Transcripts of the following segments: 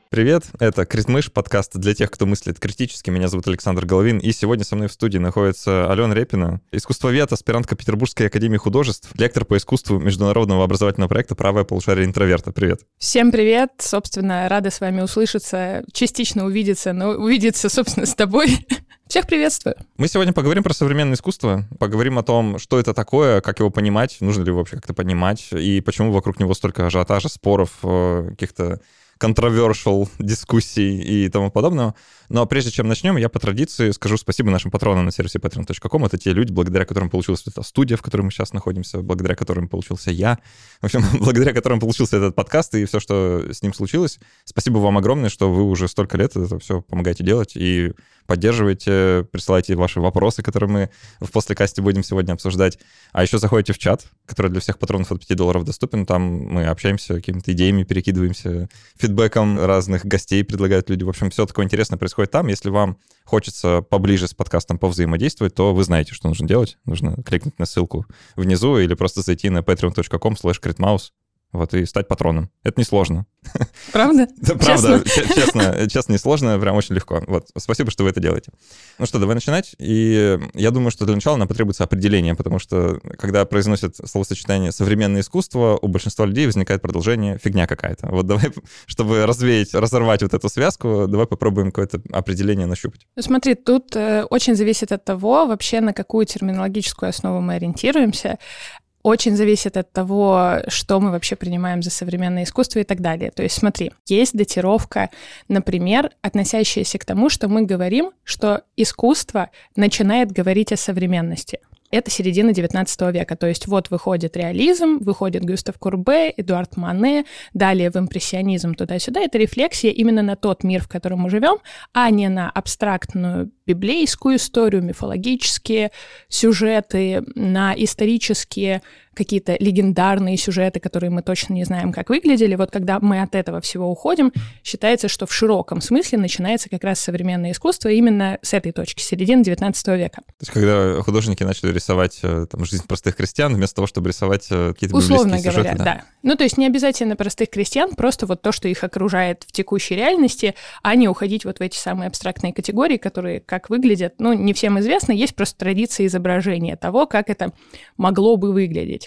Привет, это Критмыш, подкаст для тех, кто мыслит критически. Меня зовут Александр Головин, и сегодня со мной в студии находится Алена Репина, искусствовед, аспирантка Петербургской академии художеств, лектор по искусству международного образовательного проекта «Правое полушарие интроверта». Привет. Всем привет. Собственно, рада с вами услышаться, частично увидеться, но увидеться, собственно, с тобой. Всех приветствую. Мы сегодня поговорим про современное искусство, поговорим о том, что это такое, как его понимать, нужно ли его вообще как-то понимать, и почему вокруг него столько ажиотажа, споров, каких-то controversial дискуссий и тому подобного. Но прежде чем начнем, я по традиции скажу спасибо нашим патронам на сервисе patreon.com. Это те люди, благодаря которым получилась эта студия, в которой мы сейчас находимся, благодаря которым получился я. В общем, благодаря которым получился этот подкаст и все, что с ним случилось. Спасибо вам огромное, что вы уже столько лет это все помогаете делать и поддерживаете, присылаете ваши вопросы, которые мы в послекасте будем сегодня обсуждать. А еще заходите в чат, который для всех патронов от $5 доступен. Там мы общаемся какими-то идеями, перекидываемся фидбэком разных гостей, предлагают люди. В общем, все такое интересное происходит там. Если вам хочется поближе с подкастом повзаимодействовать, то вы знаете, что нужно делать. Нужно кликнуть на ссылку внизу или просто зайти на patreon.com/critmouse. Вот, и стать патроном. Это несложно. Правда? Да, правда, честно, несложно, прям очень легко. Вот, спасибо, что вы это делаете. Ну что, давай начинать. И я думаю, что для начала нам потребуется определение, потому что, когда произносят словосочетание «современное искусство», у большинства людей возникает продолжение «фигня какая-то». Вот давай, чтобы разорвать вот эту связку, давай попробуем какое-то определение нащупать. Ну, смотри, тут очень зависит от того, вообще на какую терминологическую основу мы ориентируемся. Очень зависит от того, что мы вообще принимаем за современное искусство и так далее. То есть смотри, есть датировка, например, относящаяся к тому, что мы говорим, что искусство начинает говорить о современности. Это середина XIX века, то есть вот выходит реализм, выходит Гюстав Курбе, Эдуард Мане, далее в импрессионизм туда-сюда. Это рефлексия именно на тот мир, в котором мы живем, а не на абстрактную библейскую историю, мифологические сюжеты, на исторические какие-то легендарные сюжеты, которые мы точно не знаем, как выглядели. Вот когда мы от этого всего уходим, считается, что в широком смысле начинается как раз современное искусство именно с этой точки, середины XIX века. То есть когда художники начали рисовать там, жизнь простых крестьян, вместо того, чтобы рисовать какие-то библейские условно сюжеты. Условно говоря, да. Ну, то есть не обязательно простых крестьян, просто вот то, что их окружает в текущей реальности, а не уходить вот в эти самые абстрактные категории, которые как выглядят, ну, не всем известно, есть просто традиция изображения того, как это могло бы выглядеть.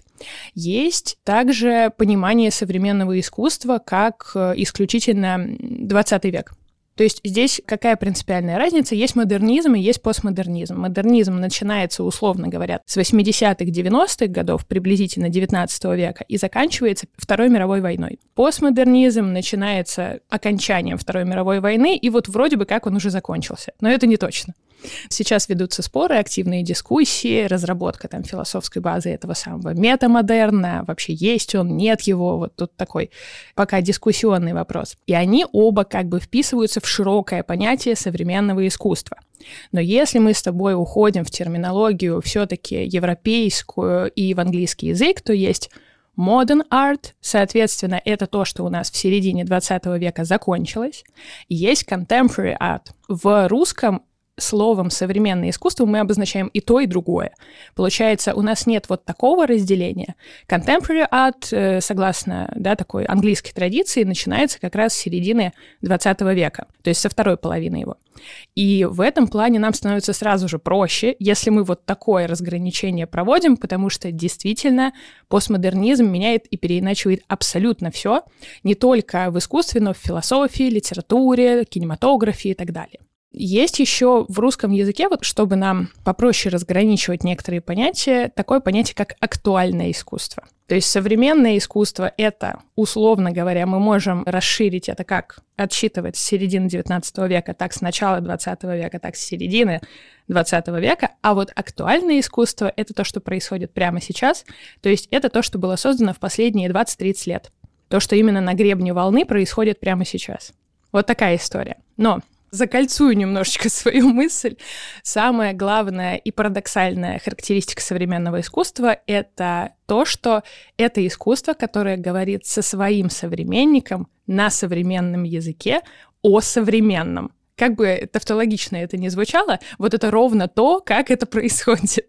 Есть также понимание современного искусства как исключительно 20 век. То есть здесь какая принципиальная разница? Есть модернизм и есть постмодернизм. Модернизм начинается, условно говоря, с 80-х, 90-х годов, приблизительно 19 века, и заканчивается Второй мировой войной. Постмодернизм начинается окончанием Второй мировой войны, и вот вроде бы как он уже закончился. Но это не точно. Сейчас ведутся споры, активные дискуссии, разработка там философской базы этого самого метамодерна, вообще есть он, нет его, вот тут такой пока дискуссионный вопрос. И они оба как бы вписываются в широкое понятие современного искусства. Но если мы с тобой уходим в терминологию все-таки европейскую и в английский язык, то есть modern art, соответственно, это то, что у нас в середине 20 века закончилось. Есть contemporary art. В русском словом «современное искусство» мы обозначаем и то, и другое. Получается, у нас нет вот такого разделения. Contemporary art, согласно такой английской традиции, начинается как раз с середины 20 века, то есть со второй половины его. И в этом плане нам становится сразу же проще, если мы вот такое разграничение проводим, потому что действительно постмодернизм меняет и переиначивает абсолютно все, не только в искусстве, но в философии, литературе, кинематографии и так далее. Есть еще в русском языке, вот чтобы нам попроще разграничивать некоторые понятия, такое понятие, как актуальное искусство. То есть современное искусство — это, условно говоря, мы можем расширить это как отсчитывать с середины XIX века, так с начала XX века, так с середины XX века, а вот актуальное искусство — это то, что происходит прямо сейчас, то есть это то, что было создано в последние 20-30 лет. То, что именно на гребне волны происходит прямо сейчас. Вот такая история. Но закольцую немножечко свою мысль. Самая главная и парадоксальная характеристика современного искусства — это то, что это искусство, которое говорит со своим современником на современном языке о современном. Как бы тавтологично это ни звучало, вот это ровно то, как это происходит.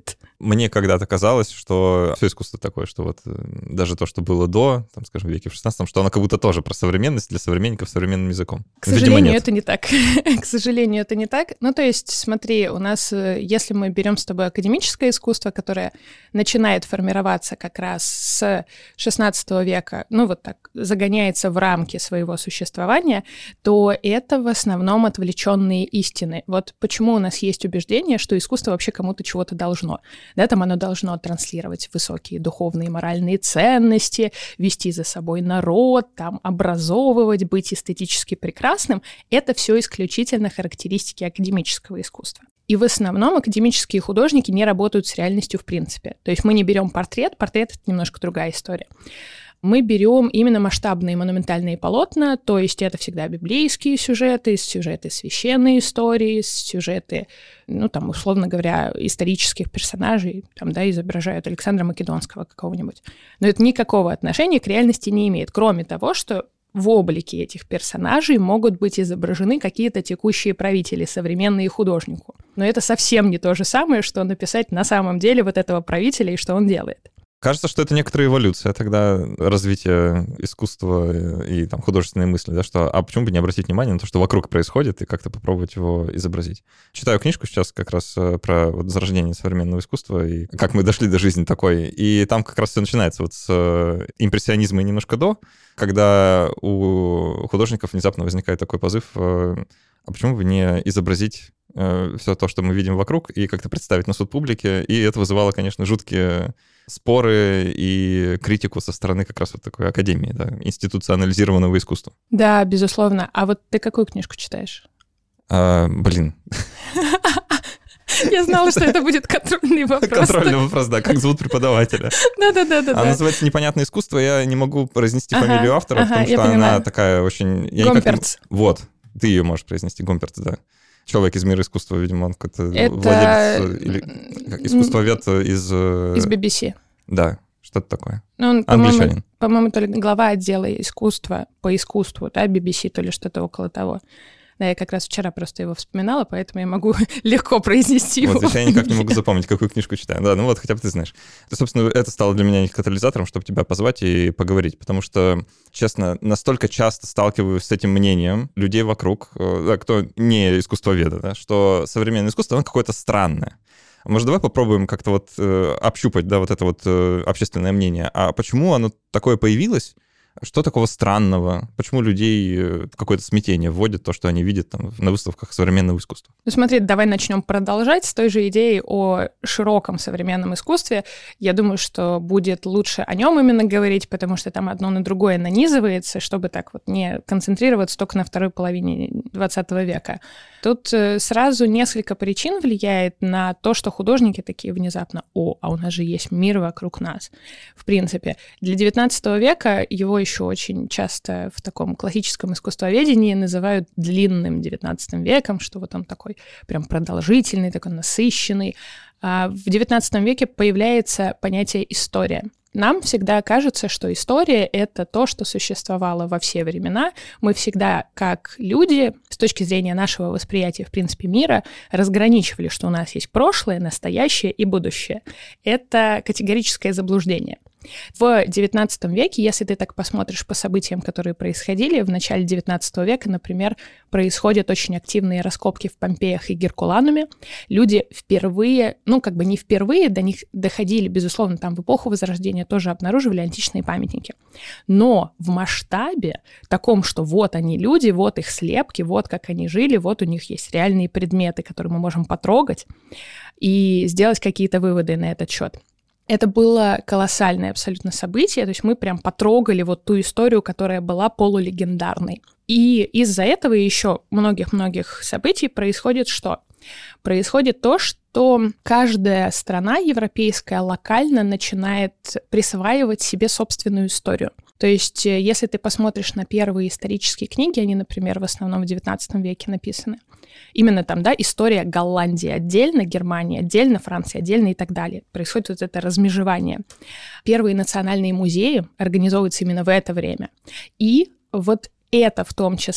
мне когда-то казалось, что все искусство такое, что вот даже то, что было до, там, скажем, веке в 16-м, что оно как будто тоже про современность для современников современным языком. К сожалению, это не так. К сожалению, это не так. Ну, то есть, смотри, у нас, если мы берем с тобой академическое искусство, которое начинает формироваться как раз с 16 века, ну, вот так, загоняется в рамки своего существования, то это в основном отвлеченные истины. Вот почему у нас есть убеждение, что искусство вообще кому-то чего-то должно. Да, там оно должно транслировать высокие духовные и моральные ценности, вести за собой народ, там, образовывать, быть эстетически прекрасным. Это все исключительно характеристики академического искусства. И в основном академические художники не работают с реальностью в принципе. То есть мы не берем портрет — это немножко другая история. Мы берем именно масштабные монументальные полотна, то есть это всегда библейские сюжеты священной истории, сюжеты, ну, там, условно говоря, исторических персонажей, там, да, изображают Александра Македонского какого-нибудь. Но это никакого отношения к реальности не имеет, кроме того, что в облике этих персонажей могут быть изображены какие-то текущие правители, современные художнику. Но это совсем не то же самое, что написать на самом деле вот этого правителя и что он делает. Кажется, что это некоторая эволюция тогда развития искусства и там художественной мысли, да, что почему бы не обратить внимание на то, что вокруг происходит, и как-то попробовать его изобразить. Читаю книжку сейчас как раз про вот зарождение современного искусства и как мы дошли до жизни такой, и там как раз все начинается вот с импрессионизма и немножко до, когда у художников внезапно возникает такой позыв, а почему бы не изобразить все то, что мы видим вокруг, и как-то представить на суд публики, и это вызывало, конечно, жуткие споры и критику со стороны как раз вот такой академии, да, институционализированного искусства. Да, безусловно. А вот ты какую книжку читаешь? Блин. Я знала, что это будет контрольный вопрос. Контрольный вопрос, да, как зовут преподавателя. Да. Она называется «Непонятное искусство», я не могу произнести фамилию автора, потому что она такая очень... Гомперц. Вот, ты ее можешь произнести, Гомперц, да. Человек из мира искусства, видимо, он какой-то владелец или искусствовед из BBC. Да, что-то такое. Он, англичанин. По-моему, то ли глава отдела искусства по искусству, да, BBC, то ли что-то около того. Да, я как раз вчера просто его вспоминала, поэтому я могу легко произнести его. Вот, я никак не могу запомнить, какую книжку читаю. Да, ну вот, хотя бы ты знаешь. Собственно, это стало для меня катализатором, чтобы тебя позвать и поговорить, потому что, честно, настолько часто сталкиваюсь с этим мнением людей вокруг, кто не искусствоведы, да, что современное искусство, оно какое-то странное. Может, давай попробуем как-то вот общупать, да, вот это вот общественное мнение. А почему оно такое появилось? Что такого странного? Почему людей какое-то смятение вводит то, что они видят там на выставках современного искусства? Ну смотри, давай начнем продолжать с той же идеей о широком современном искусстве. Я думаю, что будет лучше о нем именно говорить, потому что там одно на другое нанизывается, чтобы так вот не концентрироваться только на второй половине 20 века. Тут сразу несколько причин влияет на то, что художники такие внезапно: а у нас же есть мир вокруг нас. В принципе, для 19 века его еще очень часто в таком классическом искусствоведении называют длинным 19 веком, что вот он такой прям продолжительный, такой насыщенный. А в 19 веке появляется понятие «история». Нам всегда кажется, что история — это то, что существовало во все времена. Мы всегда, как люди, с точки зрения нашего восприятия, в принципе, мира, разграничивали, что у нас есть прошлое, настоящее и будущее. Это категорическое заблуждение. В XIX веке, если ты так посмотришь по событиям, которые происходили, в начале XIX века, например, происходят очень активные раскопки в Помпеях и Геркулануме. Люди впервые, не впервые, до них доходили, безусловно, там в эпоху Возрождения тоже обнаруживали античные памятники. Но в масштабе таком, что вот они люди, вот их слепки, вот как они жили, вот у них есть реальные предметы, которые мы можем потрогать и сделать какие-то выводы на этот счет. Это было колоссальное абсолютно событие, то есть мы прям потрогали вот ту историю, которая была полулегендарной. И из-за этого и еще многих-многих событий происходит что? Происходит то, что каждая страна европейская локально начинает присваивать себе собственную историю. То есть если ты посмотришь на первые исторические книги, они, например, в основном в XIX веке написаны, именно там, да, история Голландии отдельно, Германии отдельно, Франции отдельно и так далее. Происходит вот это размежевание. Первые национальные музеи организовываются именно в это время. И вот это в том числе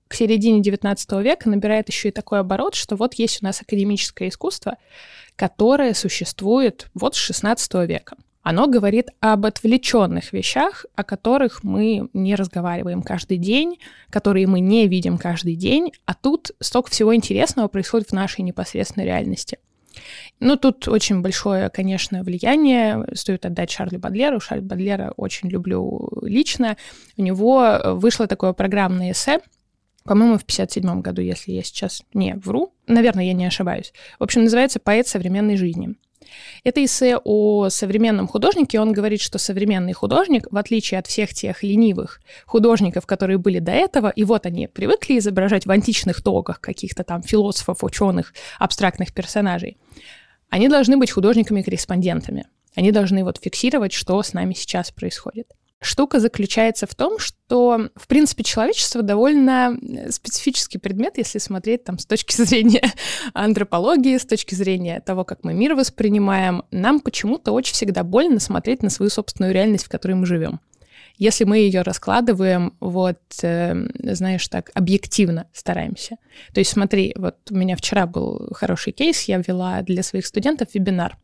к середине XIX века набирает еще и такой оборот, что вот есть у нас академическое искусство, которое существует вот с XVI века. Оно говорит об отвлеченных вещах, о которых мы не разговариваем каждый день, которые мы не видим каждый день, а тут столько всего интересного происходит в нашей непосредственной реальности. Ну, тут очень большое, конечно, влияние стоит отдать Шарлю Бадлеру. Шарля Бадлера очень люблю лично. У него вышло такое программное эссе, по-моему, в 1957 году, если я сейчас не вру. Наверное, я не ошибаюсь. В общем, называется «Поэт современной жизни». Это эссе о современном художнике. Он говорит, что современный художник, в отличие от всех тех ленивых художников, которые были до этого, и вот они привыкли изображать в античных тогах каких-то там философов, ученых, абстрактных персонажей, они должны быть художниками-корреспондентами. Они должны вот фиксировать, что с нами сейчас происходит. Штука заключается в том, что, в принципе, человечество довольно специфический предмет, если смотреть там с точки зрения антропологии, с точки зрения того, как мы мир воспринимаем. Нам почему-то очень всегда больно смотреть на свою собственную реальность, в которой мы живем. Если мы ее раскладываем, вот, знаешь, так, объективно стараемся. То есть смотри, вот у меня вчера был хороший кейс, я вела для своих студентов вебинар.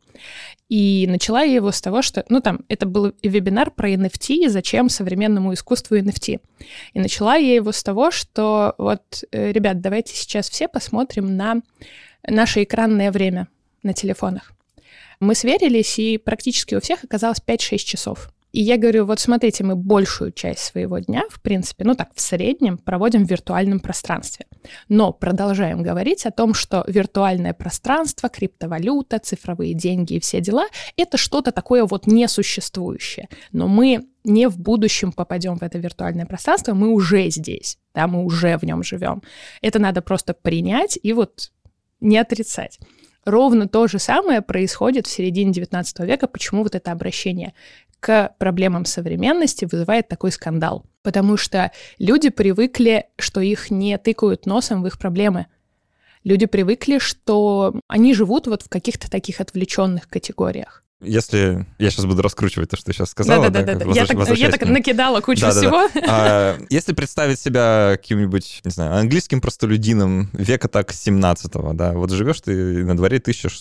И начала я его с того, что, ну там, это был вебинар про NFT, зачем современному искусству NFT. И начала я его с того, что вот, ребят, давайте сейчас все посмотрим на наше экранное время на телефонах. Мы сверились, и практически у всех оказалось 5-6 часов. И я говорю, вот смотрите, мы большую часть своего дня, в принципе, ну так, в среднем проводим в виртуальном пространстве. Но продолжаем говорить о том, что виртуальное пространство, криптовалюта, цифровые деньги и все дела — это что-то такое вот несуществующее. Но мы не в будущем попадем в это виртуальное пространство, мы уже здесь, да, мы уже в нем живем. Это надо просто принять и вот не отрицать. Ровно то же самое происходит в середине XIX века. Почему вот это обращение к проблемам современности вызывает такой скандал? Потому что люди привыкли, что их не тыкают носом в их проблемы. Люди привыкли, что они живут вот в каких-то таких отвлеченных категориях. Если я сейчас буду раскручивать то, что ты сейчас сказала... Да-да-да. Я так накидала кучу всего. Если представить себя каким-нибудь, не знаю, английским простолюдином века так 17-го, да, вот живешь ты на дворе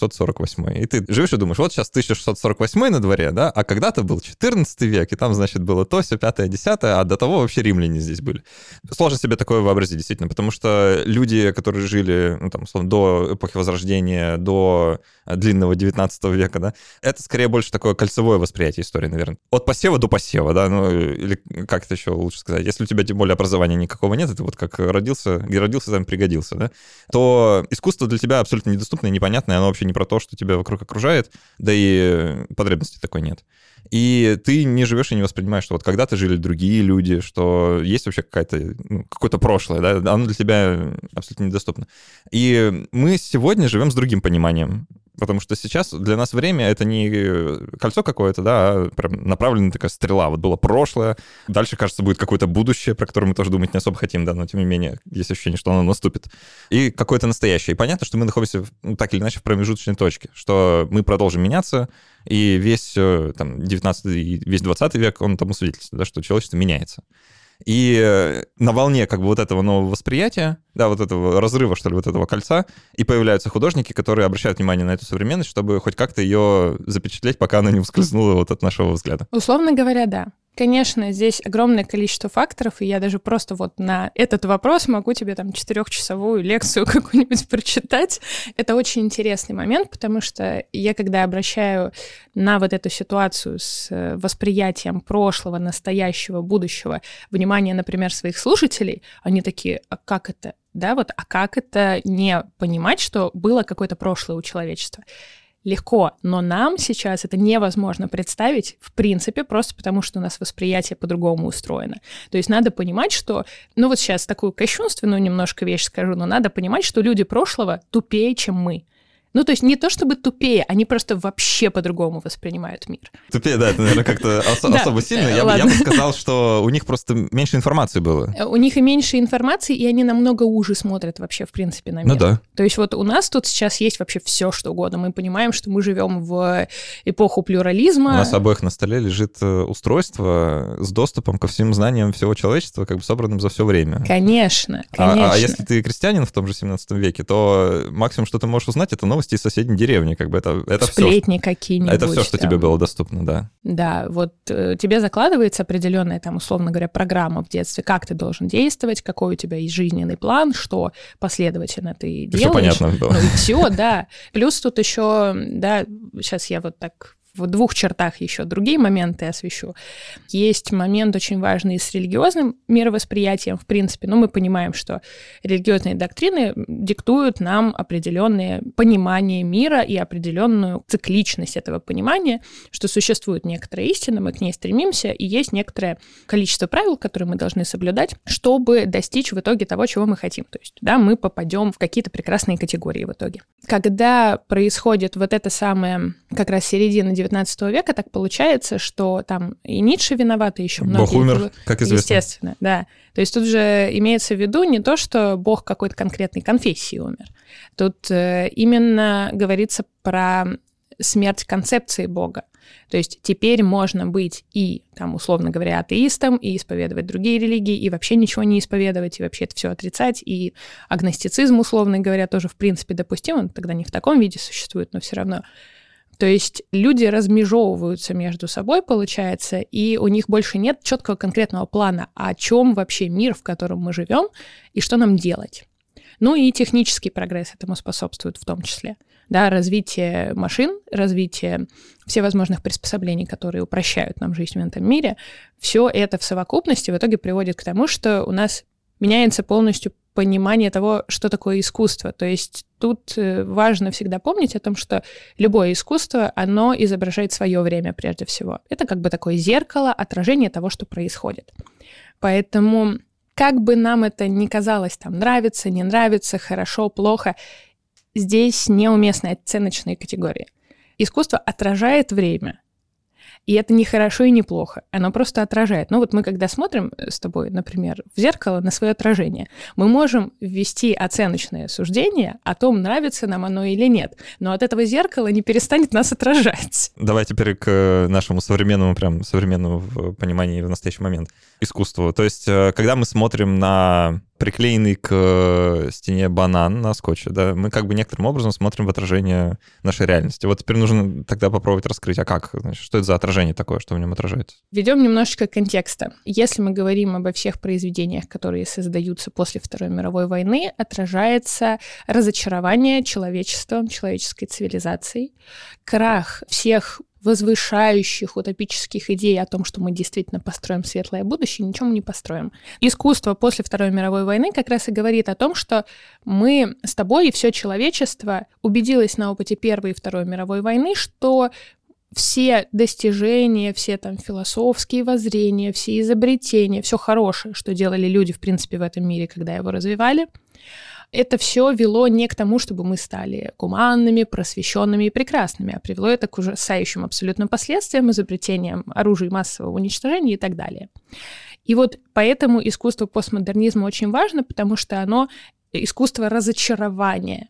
1648, и ты живешь и думаешь, вот сейчас 1648 на дворе, да, а когда-то был 14 век, и там, значит, было то, сё, 5-е, 10-е, а до того вообще римляне здесь были. Сложно себе такое вообразить, действительно, потому что люди, которые жили, ну, там, условно, до эпохи Возрождения, до длинного 19 века, да, это скорее больше такое кольцевое восприятие истории, наверное. От посева до посева, да, ну, или как это еще лучше сказать. Если у тебя, тем более, образования никакого нет, это вот как родился, где родился, там пригодился, да, то искусство для тебя абсолютно недоступное, непонятное, оно вообще не про то, что тебя вокруг окружает, да и потребности такой нет. И ты не живешь и не воспринимаешь, что вот когда-то жили другие люди, что есть вообще какое-то прошлое, да, оно для тебя абсолютно недоступно. И мы сегодня живем с другим пониманием, потому что сейчас для нас время — это не кольцо какое-то, да, а прям направленная такая стрела. Вот было прошлое, дальше, кажется, будет какое-то будущее, про которое мы тоже думать не особо хотим, да, но тем не менее есть ощущение, что оно наступит. И какое-то настоящее. И понятно, что мы находимся, так или иначе, в промежуточной точке, что мы продолжим меняться, и весь там 19 и весь 20 век, он тому свидетельствует, да, что человечество меняется. И на волне как бы вот этого нового восприятия, да, вот этого разрыва, что ли, вот этого кольца, и появляются художники, которые обращают внимание на эту современность, чтобы хоть как-то ее запечатлеть, пока она не ускользнула вот от нашего взгляда. Условно говоря, да. Конечно, здесь огромное количество факторов, и я даже просто вот на этот вопрос могу тебе там 4-часовую лекцию какую-нибудь прочитать. Это очень интересный момент, потому что я, когда обращаю на вот эту ситуацию с восприятием прошлого, настоящего, будущего внимание, например, своих слушателей, они такие, а как это? Да, вот, а как это не понимать, что было какое-то прошлое у человечества? Легко, но нам сейчас это невозможно представить, в принципе, просто потому что у нас восприятие по-другому устроено. То есть надо понимать, что, ну вот сейчас такую кощунственную немножко вещь скажу, но надо понимать, что люди прошлого тупее, чем мы. Ну, то есть не то чтобы тупее, они просто вообще по-другому воспринимают мир. Тупее, да, это, наверное, как-то особо сильно. Я бы сказал, что у них просто меньше информации было. У них и меньше информации, и они намного уже смотрят вообще, в принципе, на мир. Ну да. То есть вот у нас тут сейчас есть вообще все, что угодно. Мы понимаем, что мы живем в эпоху плюрализма. У нас обоих на столе лежит устройство с доступом ко всем знаниям всего человечества, как бы собранным за все время. Конечно, конечно. А если ты крестьянин в том же 17 веке, то максимум, что ты можешь узнать, это новости из соседней деревни. Как бы это сплетни все, какие-нибудь. Это все, что тебе было доступно, да. Да, вот тебе закладывается определенная, там, условно говоря, программа в детстве, как ты должен действовать, какой у тебя есть жизненный план, что последовательно ты делаешь. Все понятно было. Ну и все, да. Плюс тут еще, да, сейчас я вот так в двух чертах еще другие моменты освещу. Есть момент очень важный с религиозным мировосприятием, в принципе. Но мы понимаем, что религиозные доктрины диктуют нам определенное понимание мира и определенную цикличность этого понимания, что существует некоторая истина, мы к ней стремимся, и есть некоторое количество правил, которые мы должны соблюдать, чтобы достичь в итоге того, чего мы хотим. То есть, да, мы попадем в какие-то прекрасные категории в итоге. Когда происходит вот это самое, как раз середина 19 века, так получается, что там и Ницше виноват, и еще многие. Бог умер, как известно. Естественно, да. То есть тут же имеется в виду не то, что Бог какой-то конкретной конфессии умер. Тут именно говорится про смерть концепции Бога. То есть теперь можно быть и, там, условно говоря, атеистом, и исповедовать другие религии, и вообще ничего не исповедовать, и вообще это все отрицать, и агностицизм, условно говоря, тоже в принципе допустим, он тогда не в таком виде существует, но все равно. То есть люди размежевываются между собой, получается, и у них больше нет четкого конкретного плана, о чем вообще мир, в котором мы живем, и что нам делать. Ну и технический прогресс этому способствует в том числе. Да, развитие машин, развитие всевозможных приспособлений, которые упрощают нам жизнь в этом мире, все это в совокупности в итоге приводит к тому, что у нас меняется полностью понимание того, что такое искусство. То есть тут важно всегда помнить о том, что любое искусство, оно изображает свое время прежде всего. Это как бы такое зеркало, отражение того, что происходит. Поэтому как бы нам это ни казалось, там, нравится, не нравится, хорошо, плохо, здесь неуместны оценочные категории. Искусство отражает время, и это не хорошо и не плохо, оно просто отражает. Ну вот мы когда смотрим с тобой, например, в зеркало на свое отражение, мы можем ввести оценочное суждение о том, нравится нам оно или нет, но от этого зеркала не перестанет нас отражать. Давай теперь к нашему современному в понимании в настоящий момент искусству. То есть когда мы смотрим на приклеенный к стене банан на скотче, да, мы как бы некоторым образом смотрим в отражение нашей реальности. Вот теперь нужно тогда попробовать раскрыть, а как? Значит, что это за отражение такое, что в нем отражается? Введем немножечко контекста. Если мы говорим обо всех произведениях, которые создаются после Второй мировой войны, отражается разочарование человечеством, человеческой цивилизацией, крах всех возвышающих утопических идей о том, что мы действительно построим светлое будущее, ничего мы не построим. Искусство после Второй мировой войны как раз и говорит о том, что мы с тобой и все человечество убедилось на опыте Первой и Второй мировой войны, что все достижения, все там философские воззрения, все изобретения, все хорошее, что делали люди, в принципе, в этом мире, когда его развивали, это все вело не к тому, чтобы мы стали гуманными, просвещенными и прекрасными, а привело это к ужасающим абсолютно последствиям, изобретениям оружия массового уничтожения и так далее. И вот поэтому искусство постмодернизма очень важно, потому что оно искусство разочарования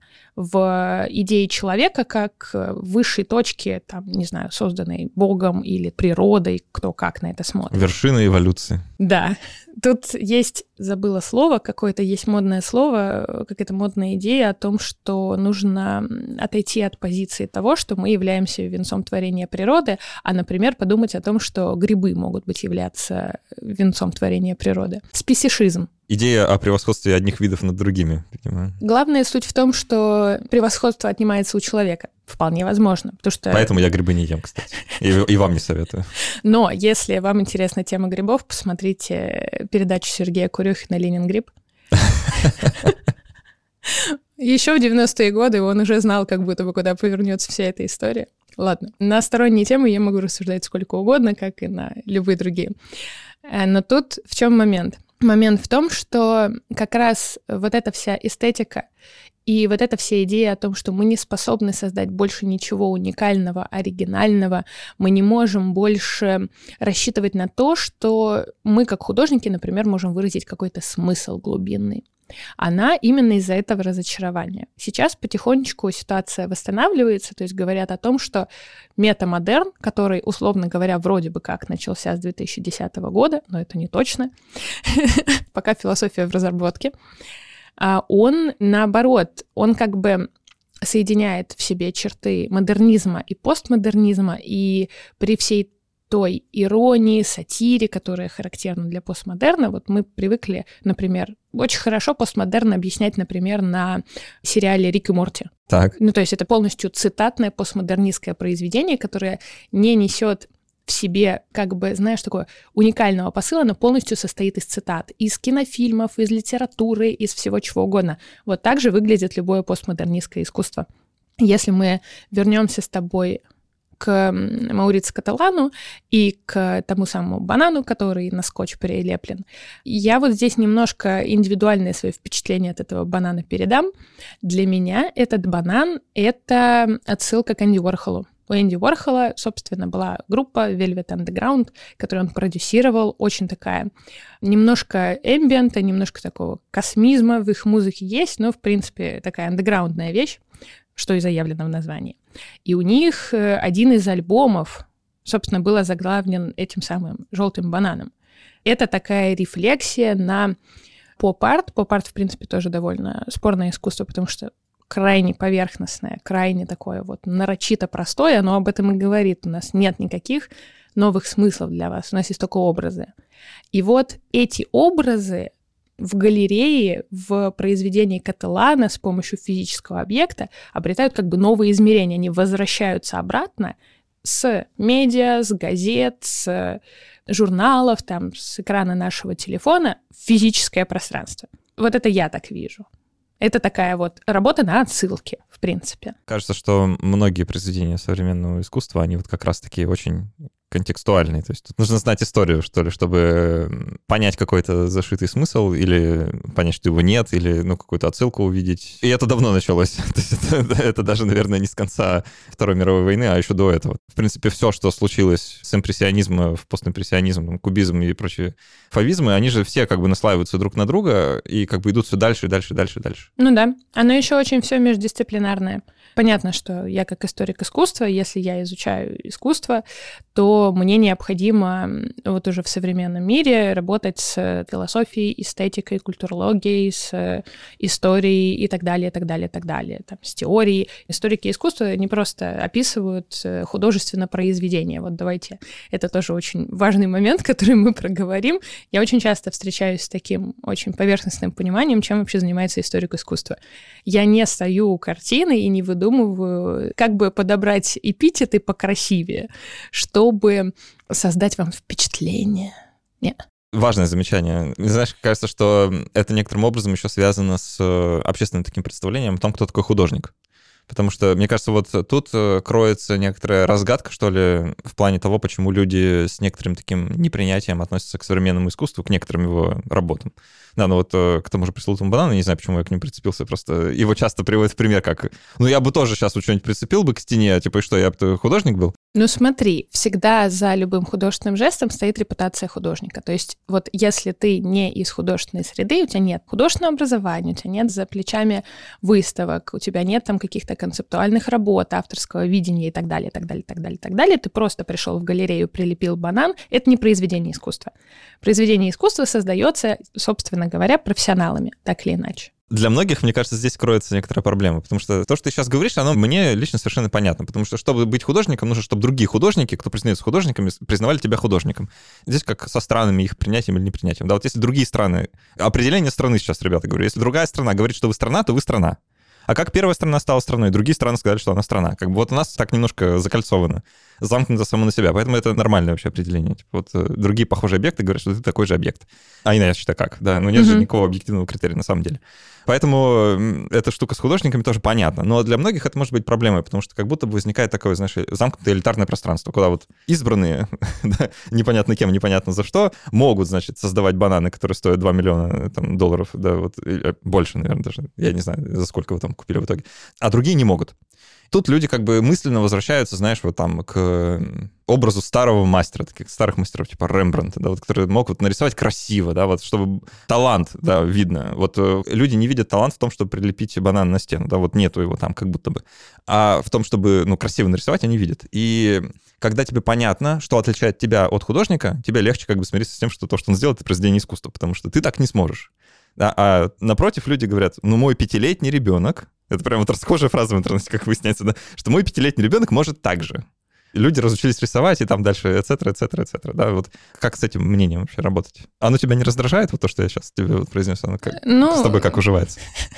в идее человека как высшей точки, там, не знаю, созданной Богом или природой, кто как на это смотрит. Вершина эволюции. Да. Тут есть, забыла слово, какое-то есть модное слово, какая-то модная идея о том, что нужно отойти от позиции того, что мы являемся венцом творения природы, а, например, подумать о том, что грибы могут быть являться венцом творения природы. Специшизм. Идея о превосходстве одних видов над другими, видимо. Главная суть в том, что превосходство отнимается у человека. Вполне возможно, потому что... Поэтому я грибы не ем, кстати. И вам не советую. Но если вам интересна тема грибов, посмотрите передачу Сергея Курехина «Ленин гриб». Еще в 90-е годы он уже знал, как будто бы куда повернется вся эта история. Ладно, на сторонние темы я могу рассуждать сколько угодно, как и на любые другие. Но тут в чем момент? момент в том, что как раз вот эта вся эстетика и вот эта вся идея о том, что мы не способны создать больше ничего уникального, оригинального, мы не можем больше рассчитывать на то, что мы, как художники, например, можем выразить какой-то смысл глубинный. Она именно из-за этого разочарования. Сейчас потихонечку ситуация восстанавливается, то есть говорят о том, что метамодерн, который, условно говоря, вроде бы как начался с 2010 года, но это не точно, пока философия в разработке, он, наоборот, он как бы соединяет в себе черты модернизма и постмодернизма, и при всей той иронии, сатире, которая характерна для постмодерна, вот мы привыкли, например, очень хорошо постмодерн объяснять, например, на сериале «Рик и Морти». Так. Ну, то есть это полностью цитатное постмодернистское произведение, которое не несет в себе, как бы, знаешь, такого уникального посыла, но полностью состоит из цитат. Из кинофильмов, из литературы, из всего чего угодно. Вот так же выглядит любое постмодернистское искусство. Если мы вернемся с тобой к Маурицио Кателлану и к тому самому банану, который на скотч прилеплен. Я вот здесь немножко индивидуальные свои впечатления от этого банана передам. Для меня этот банан — это отсылка к Энди Уорхолу. У Энди Уорхола, собственно, была группа Velvet Underground, которую он продюсировал, очень такая немножко эмбиента, немножко такого космизма в их музыке есть, но, в принципе, такая андеграундная вещь, что и заявлено в названии. И у них один из альбомов, собственно, был озаглавлен этим самым «Желтым бананом». Это такая рефлексия на поп-арт. Поп-арт, в принципе, тоже довольно спорное искусство, потому что крайне поверхностное, крайне такое вот нарочито простое, оно об этом и говорит. У нас нет никаких новых смыслов для вас, у нас есть только образы. И вот эти образы в галерее, в произведении Кателлана с помощью физического объекта обретают как бы новые измерения. Они возвращаются обратно с медиа, с газет, с журналов, там, с экрана нашего телефона в физическое пространство. Вот это я так вижу. Это такая вот работа на отсылке, в принципе. Кажется, что многие произведения современного искусства, они вот как раз-таки очень контекстуальные. То есть тут нужно знать историю, что ли, чтобы понять какой-то зашитый смысл или понять, что его нет, или какую-то отсылку увидеть. И это давно началось. То есть это даже, наверное, не с конца Второй мировой войны, а еще до этого. В принципе, все, что случилось с импрессионизмом, в постимпрессионизм, кубизм и прочие фавизмы, они же все как бы наслаиваются друг на друга и как бы идут все дальше и дальше и дальше и дальше. Ну да, оно еще очень все междисциплинарное. Понятно, что я как историк искусства, если я изучаю искусство, то мне необходимо вот уже в современном мире работать с философией, эстетикой, культурологией, с историей и так далее, так далее, так далее. Там, с теорией. Историки искусства не просто описывают художественное произведение. Вот давайте, это тоже очень важный момент, который мы проговорим. Я очень часто встречаюсь с таким очень поверхностным пониманием, чем вообще занимается историк искусства. Я не стою у картины и не выдумываю, как бы подобрать эпитеты покрасивее, чтобы создать вам впечатление. Нет. Важное замечание. Знаешь, кажется, что это некоторым образом еще связано с общественным таким представлением о том, кто такой художник. Потому что, мне кажется, вот тут кроется некоторая разгадка, что ли, в плане того, почему люди с некоторым таким непринятием относятся к современному искусству, к некоторым его работам. Да, ну вот к тому же пресловутому банану, не знаю, почему я к ним прицепился, просто его часто приводят в пример как, я бы тоже сейчас вот что-нибудь прицепил бы к стене, типа, и что, я бы художник был? Ну смотри, всегда за любым художественным жестом стоит репутация художника. То есть вот если ты не из художественной среды, у тебя нет художественного образования, у тебя нет за плечами выставок, у тебя нет там каких-то концептуальных работ, авторского видения и так далее, так далее, так далее, так далее, ты просто пришел в галерею, прилепил банан, это не произведение искусства. Произведение искусства создается, собственно говоря, профессионалами, так или иначе. Для многих, мне кажется, здесь кроется некоторая проблема, потому что то, что ты сейчас говоришь, оно мне лично совершенно понятно, потому что, чтобы быть художником, нужно, чтобы другие художники, кто признается художниками, признавали тебя художником. Здесь как со странами, их принятием или непринятием. Да, вот если другие страны, определение страны сейчас, ребята, говорю, если другая страна говорит, что вы страна, то вы страна. А как первая страна стала страной, другие страны сказали, что она страна. Как бы вот у нас так немножко закольцовано замкнуто само на себя. Поэтому это нормальное вообще определение. Типа, вот другие похожие объекты говорят, что ты такой же объект. А иначе-то как? Да, но нет же никакого объективного критерия на самом деле. Поэтому эта штука с художниками тоже понятна. Но для многих это может быть проблемой, потому что как будто бы возникает такое, знаешь, замкнутое элитарное пространство, куда вот избранные, непонятно кем, непонятно за что, могут, значит, создавать бананы, которые стоят 2 миллиона там, долларов, да, вот, больше, наверное, даже. Я не знаю, за сколько вы там купили в итоге. А другие не могут. Тут люди как бы мысленно возвращаются, знаешь, вот там к образу старого мастера, таких старых мастеров, типа Рембрандта, да, вот, который мог вот нарисовать красиво, да, вот, чтобы талант, да, видно. Вот люди не видят талант в том, чтобы прилепить банан на стену, да, вот нету его там как будто бы. А в том, чтобы, ну, красиво нарисовать, они видят. И когда тебе понятно, что отличает тебя от художника, тебе легче как бы смириться с тем, что то, что он сделал, это произведение искусства, потому что ты так не сможешь. Да, а напротив люди говорят, ну, мой 5-летний ребенок, это прям вот расхожая фраза в интернете, как выясняется, да, что мой 5-летний ребенок может так же. И люди разучились рисовать, и там дальше, etc. Да, вот как с этим мнением вообще работать? Оно тебя не раздражает, вот то, что я сейчас тебе вот произнес? Оно как, с тобой как уживается?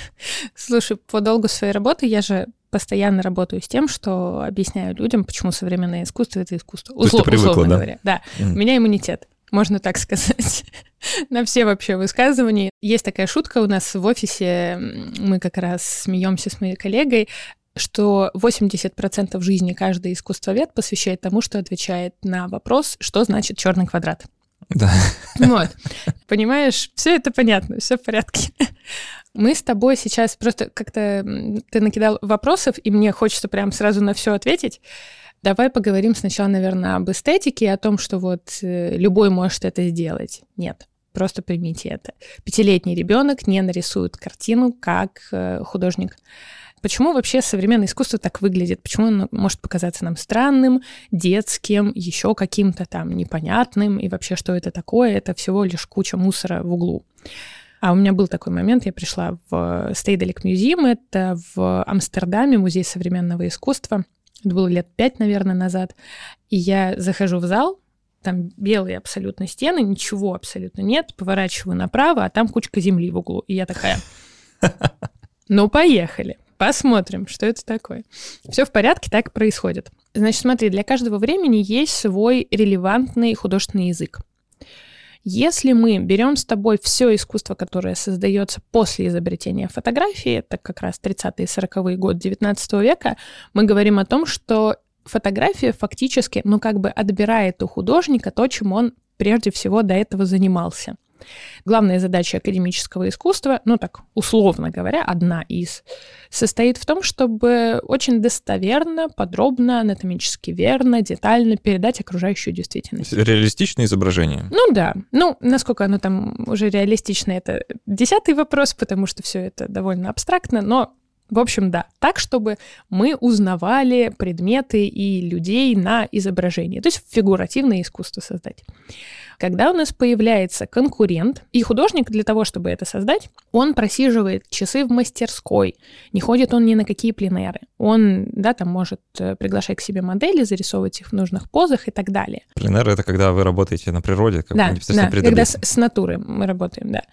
Слушай, по долгу своей работы я же постоянно работаю с тем, что объясняю людям, почему современное искусство — это искусство. То есть ты привыкла, условно говоря. Да, у меня иммунитет. Можно так сказать, на все вообще высказывания. Есть такая шутка у нас в офисе, мы как раз смеемся с моей коллегой, что 80% жизни каждый искусствовед посвящает тому, что отвечает на вопрос, что значит черный квадрат. Да. Вот. Понимаешь, все это понятно, все в порядке. Мы с тобой сейчас просто как-то... Ты накидал вопросов, и мне хочется прям сразу на все ответить. Давай поговорим сначала, наверное, об эстетике, о том, что вот любой может это сделать. Нет, просто примите это. 5-летний ребенок не нарисует картину как художник. Почему вообще современное искусство так выглядит? Почему оно может показаться нам странным, детским, еще каким-то там непонятным? И вообще, что это такое? Это всего лишь куча мусора в углу. А у меня был такой момент, я пришла в Stedelijk Museum, это в Амстердаме, музей современного искусства. Это было лет 5, наверное, назад. И я захожу в зал, там белые абсолютно стены, ничего абсолютно нет, поворачиваю направо, а там кучка земли в углу. И я такая, ну, поехали, посмотрим, что это такое. Все в порядке, так и происходит. Значит, смотри, для каждого времени есть свой релевантный художественный язык. Если мы берем с тобой все искусство, которое создается после изобретения фотографии, это как раз 30-е и 40-е годы 19 века, мы говорим о том, что фотография фактически, ну, как бы отбирает у художника то, чем он прежде всего до этого занимался. Главная задача академического искусства, ну так условно говоря, одна из, состоит в том, чтобы очень достоверно, подробно, анатомически верно, детально передать окружающую действительность. Реалистичное изображение. Ну да. Ну, насколько оно там уже реалистично, это 10-й вопрос, потому что все это довольно абстрактно, но в общем, да, так, чтобы мы узнавали предметы и людей на изображении, то есть фигуративное искусство создать. Когда у нас появляется конкурент, и художник для того, чтобы это создать, он просиживает часы в мастерской, не ходит он ни на какие пленэры. Он, да, там может приглашать к себе модели, зарисовывать их в нужных позах и так далее. Пленэр — это когда вы работаете на природе, как да, когда с натуры мы работаем, да.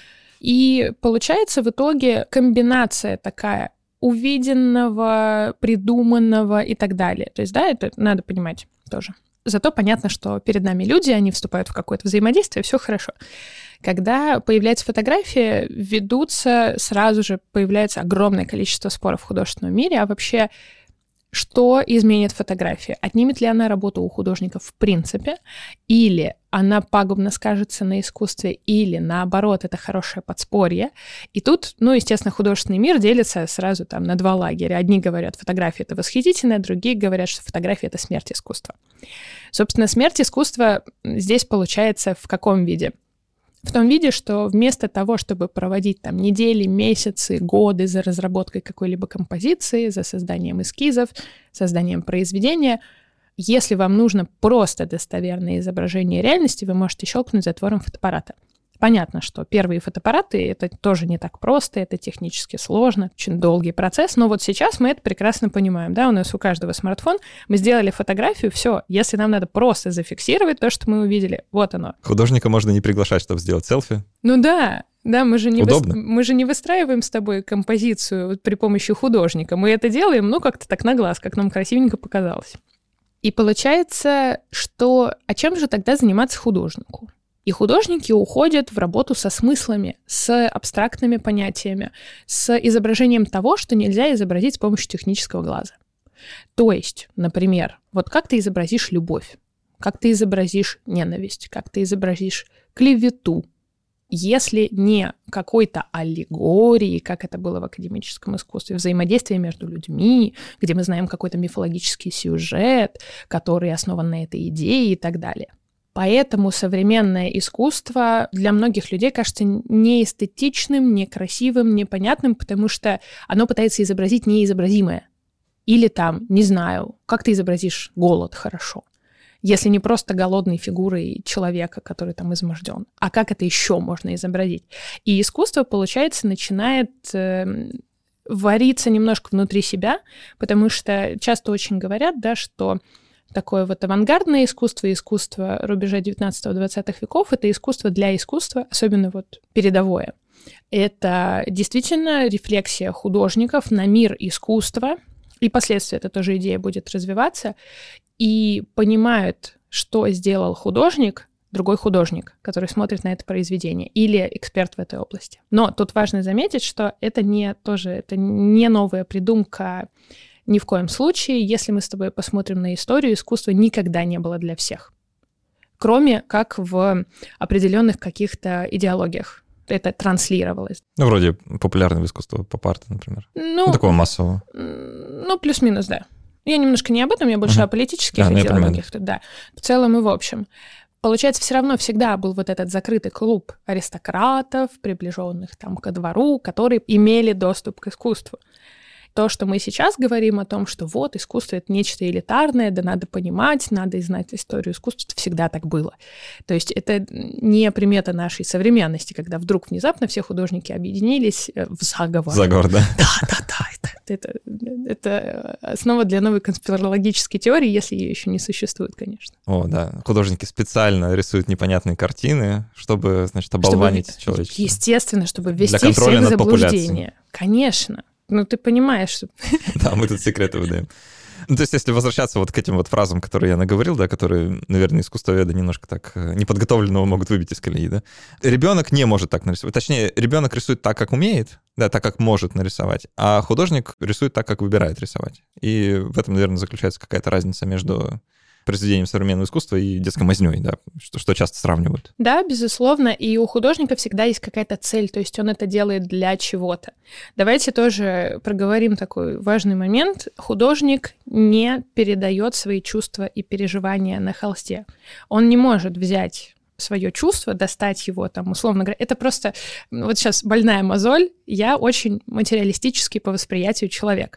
И получается в итоге комбинация такая увиденного, придуманного и так далее. То есть, да, это надо понимать тоже. Зато понятно, что перед нами люди, они вступают в какое-то взаимодействие, все хорошо. Когда появляется фотография, сразу же появляется огромное количество споров в художественном мире, а вообще что изменит фотография? Отнимет ли она работу у художника в принципе? Или она пагубно скажется на искусстве? Или наоборот, это хорошее подспорье? И тут, ну, естественно, художественный мир делится сразу там на два лагеря. Одни говорят, фотография — это восхитительно, другие говорят, что фотография — это смерть искусства. Собственно, смерть искусства здесь получается в каком виде? В том виде, что вместо того, чтобы проводить там недели, месяцы, годы за разработкой какой-либо композиции, за созданием эскизов, созданием произведения, если вам нужно просто достоверное изображение реальности, вы можете щелкнуть затвором фотоаппарата. Понятно, что первые фотоаппараты — это тоже не так просто, это технически сложно, очень долгий процесс, но вот сейчас мы это прекрасно понимаем, да, у нас у каждого смартфон, мы сделали фотографию, все, если нам надо просто зафиксировать то, что мы увидели, вот оно. Художника можно не приглашать, чтобы сделать селфи. Ну да, мы же не выстраиваем с тобой композицию при помощи художника, мы это делаем, ну, как-то так на глаз, как нам красивенько показалось. И получается, что а чем же тогда заниматься художнику? И художники уходят в работу со смыслами, с абстрактными понятиями, с изображением того, что нельзя изобразить с помощью технического глаза. То есть, например, вот как ты изобразишь любовь, как ты изобразишь ненависть, как ты изобразишь клевету, если не какой-то аллегории, как это было в академическом искусстве, взаимодействие между людьми, где мы знаем какой-то мифологический сюжет, который основан на этой идее и так далее. Поэтому современное искусство для многих людей кажется неэстетичным, некрасивым, непонятным, потому что оно пытается изобразить неизобразимое. Или там, не знаю, как ты изобразишь голод хорошо, если не просто голодной фигурой человека, который там изможден, а как это еще можно изобразить. И искусство, получается, начинает вариться немножко внутри себя, потому что часто очень говорят, да, что такое вот авангардное искусство, искусство рубежа 19-20 веков, это искусство для искусства, особенно вот передовое. Это действительно рефлексия художников на мир искусства, и впоследствии эта тоже идея будет развиваться, и понимают, что сделал художник, другой художник, который смотрит на это произведение, или эксперт в этой области. Но тут важно заметить, что это не новая придумка ни в коем случае. Если мы с тобой посмотрим на историю, искусство никогда не было для всех, кроме как в определенных каких-то идеологиях. Это транслировалось. Ну, вроде популярного искусства поп-арта, например. Такого массового. Плюс-минус, да. Я немножко не об этом, я больше о политических идеологиях. Да, в целом и в общем. Получается, все равно всегда был вот этот закрытый клуб аристократов, приближенных там ко двору, которые имели доступ к искусству. То, что мы сейчас говорим о том, что вот искусство — это нечто элитарное, да надо понимать, надо знать историю искусства, это всегда так было. То есть это не примета нашей современности, когда вдруг внезапно все художники объединились в заговор. Заговор, да? Да. Это основа для новой конспирологической теории, если ее еще не существует, конечно. О, да. Художники специально рисуют непонятные картины, чтобы, значит, оболванить человечество. Естественно, чтобы ввести всех в заблуждение. Конечно. Ну, ты понимаешь, что... Да, мы тут секреты выдаем. Ну, то есть, если возвращаться вот к этим вот фразам, которые я наговорил, да, которые, наверное, искусствоведы немножко так неподготовленного могут выбить из колеи, да. Ребенок не может так нарисовать. Точнее, ребенок рисует так, как умеет, да, так, как может нарисовать, а художник рисует так, как выбирает рисовать. И в этом, наверное, заключается какая-то разница между произведением современного искусства и детской мазнёй, да, что часто сравнивают. Да, безусловно, и у художника всегда есть какая-то цель, то есть он это делает для чего-то. Давайте тоже проговорим такой важный момент. Художник не передает свои чувства и переживания на холсте. Он не может взять свое чувство, достать его, там, условно говоря. Это просто, вот сейчас больная мозоль, я очень материалистический по восприятию человек.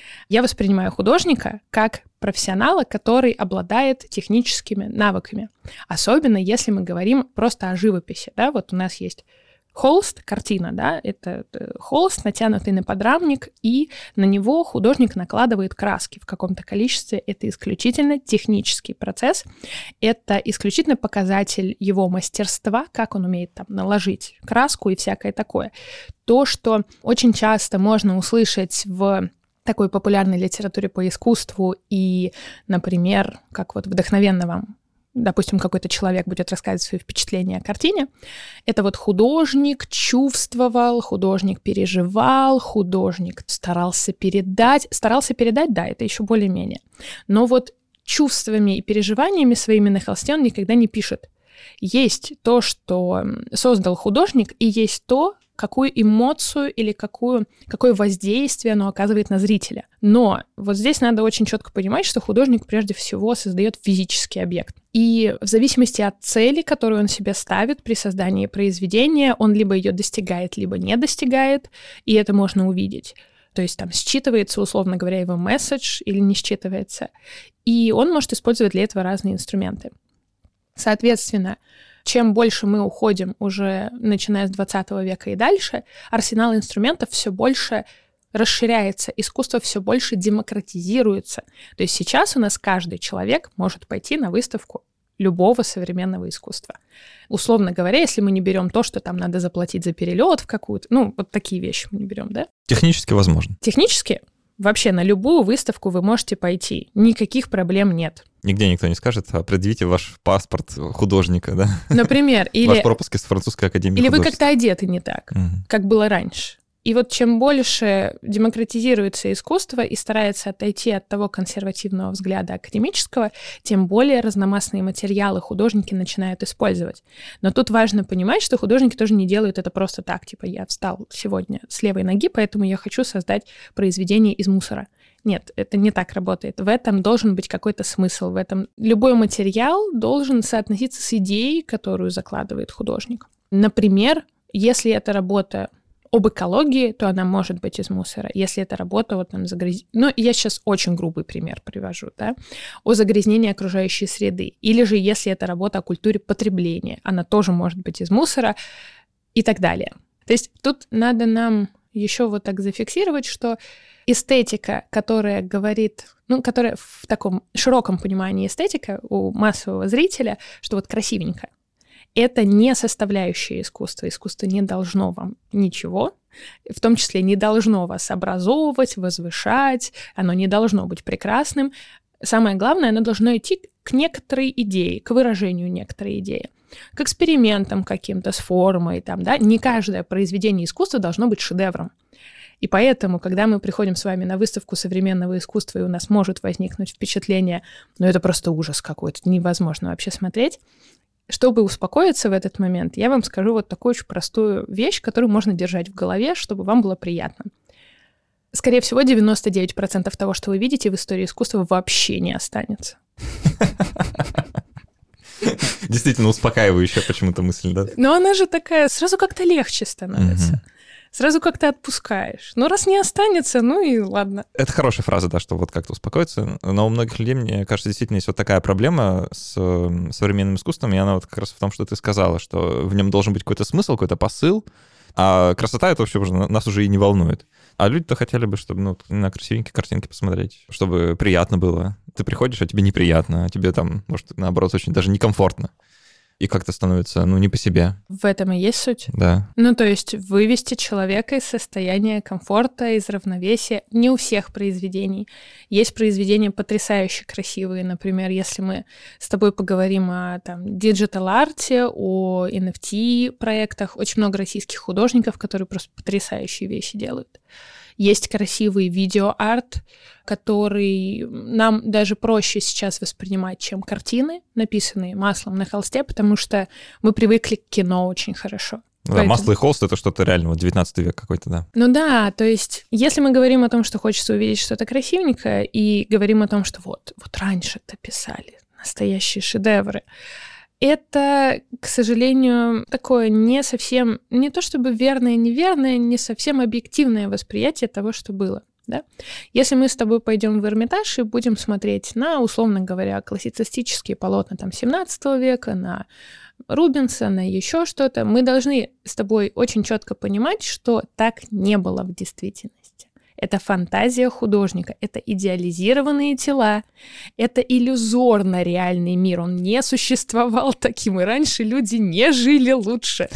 Я воспринимаю художника как профессионала, который обладает техническими навыками. Особенно если мы говорим просто о живописи. Да? Вот у нас есть холст, картина, да? Это холст, натянутый на подрамник, и на него художник накладывает краски в каком-то количестве. Это исключительно технический процесс. Это исключительно показатель его мастерства, как он умеет там наложить краску и всякое такое. То, что очень часто можно услышать в такой популярной литературе по искусству и, например, как вот вдохновенно вам, допустим, какой-то человек будет рассказывать свои впечатления о картине, это вот художник чувствовал, художник переживал, художник старался передать, да, это еще более-менее. Но вот чувствами и переживаниями своими на холсте он никогда не пишет. Есть то, что создал художник, и есть то, какую эмоцию или какое воздействие оно оказывает на зрителя. Но вот здесь надо очень четко понимать, что художник прежде всего создает физический объект. И в зависимости от цели, которую он себе ставит при создании произведения, он либо ее достигает, либо не достигает, и это можно увидеть. То есть там считывается, условно говоря, его месседж или не считывается. И он может использовать для этого разные инструменты. Соответственно, чем больше мы уходим уже, начиная с 20 века и дальше, арсенал инструментов все больше расширяется, искусство все больше демократизируется. То есть сейчас у нас каждый человек может пойти на выставку любого современного искусства. Условно говоря, если мы не берем то, что там надо заплатить за перелет в какую-то, вот такие вещи мы не берем, да? Технически возможно. Технически Вообще на любую выставку вы можете пойти. Никаких проблем нет. Нигде никто не скажет, предъявите ваш паспорт художника, да? Например, или... Ваш пропуск из французской академии Или художеств. вы как-то одеты не так, как было раньше. И вот чем больше демократизируется искусство и старается отойти от того консервативного взгляда академического, тем более разномастные материалы художники начинают использовать. Но тут важно понимать, что художники тоже не делают это просто так. Типа, я встал сегодня с левой ноги, поэтому я хочу создать произведение из мусора. Нет, это не так работает. В этом должен быть какой-то смысл. В этом любой материал должен соотноситься с идеей, которую закладывает художник. Например, если это работа об экологии, то она может быть из мусора. Если это работа вот там Ну, я сейчас очень грубый пример привожу, да, о загрязнении окружающей среды. Или же если это работа о культуре потребления, она тоже может быть из мусора и так далее. То есть тут надо нам еще вот так зафиксировать, что эстетика, которая говорит, которая в таком широком понимании эстетика у массового зрителя, что вот красивенько, это не составляющая искусства. Искусство не должно вам ничего, в том числе не должно вас образовывать, возвышать, оно не должно быть прекрасным. Самое главное, оно должно идти к некоторой идее, к выражению некоторой идеи, к экспериментам каким-то с формой. Там, да? Не каждое произведение искусства должно быть шедевром. И поэтому, когда мы приходим с вами на выставку современного искусства, и у нас может возникнуть впечатление, это просто ужас какой-то, невозможно вообще смотреть, чтобы успокоиться в этот момент, я вам скажу вот такую очень простую вещь, которую можно держать в голове, чтобы вам было приятно. Скорее всего, 99% того, что вы видите в истории искусства, вообще не останется. Действительно успокаивающая почему-то мысль, да? Но она же такая, сразу как-то легче становится. Сразу как-то отпускаешь. Раз не останется, и ладно. Это хорошая фраза, да, что вот как-то успокоиться. Но у многих людей, мне кажется, действительно есть вот такая проблема с современным искусством, и она вот как раз в том, что ты сказала, что в нем должен быть какой-то смысл, какой-то посыл, а красота это вообще нас уже и не волнует. А люди-то хотели бы, чтобы на красивенькие картинки посмотреть, чтобы приятно было. Ты приходишь, а тебе неприятно, а тебе там, может, наоборот, очень даже некомфортно. И как-то становится, не по себе. В этом и есть суть. Да. То есть вывести человека из состояния комфорта, из равновесия. Не у всех произведений. Есть произведения потрясающе красивые. Например, если мы с тобой поговорим о диджитал-арте, о NFT-проектах, очень много российских художников, которые просто потрясающие вещи делают. Есть красивый видеоарт, который нам даже проще сейчас воспринимать, чем картины, написанные маслом на холсте, потому что мы привыкли к кино очень хорошо. Да, поэтому... масло и холст — это что-то реально 19 век какой-то, да. Да, то есть если мы говорим о том, что хочется увидеть что-то красивенькое, и говорим о том, что вот раньше-то писали настоящие шедевры, это, к сожалению, такое не совсем, не то чтобы верное, неверное, не совсем объективное восприятие того, что было. Да? Если мы с тобой пойдем в Эрмитаж и будем смотреть на, условно говоря, классицистические полотна 17 века, на Рубенса, на еще что-то, мы должны с тобой очень четко понимать, что так не было в действительности. Это фантазия художника, это идеализированные тела, это иллюзорно реальный мир, он не существовал таким, и раньше люди не жили лучше.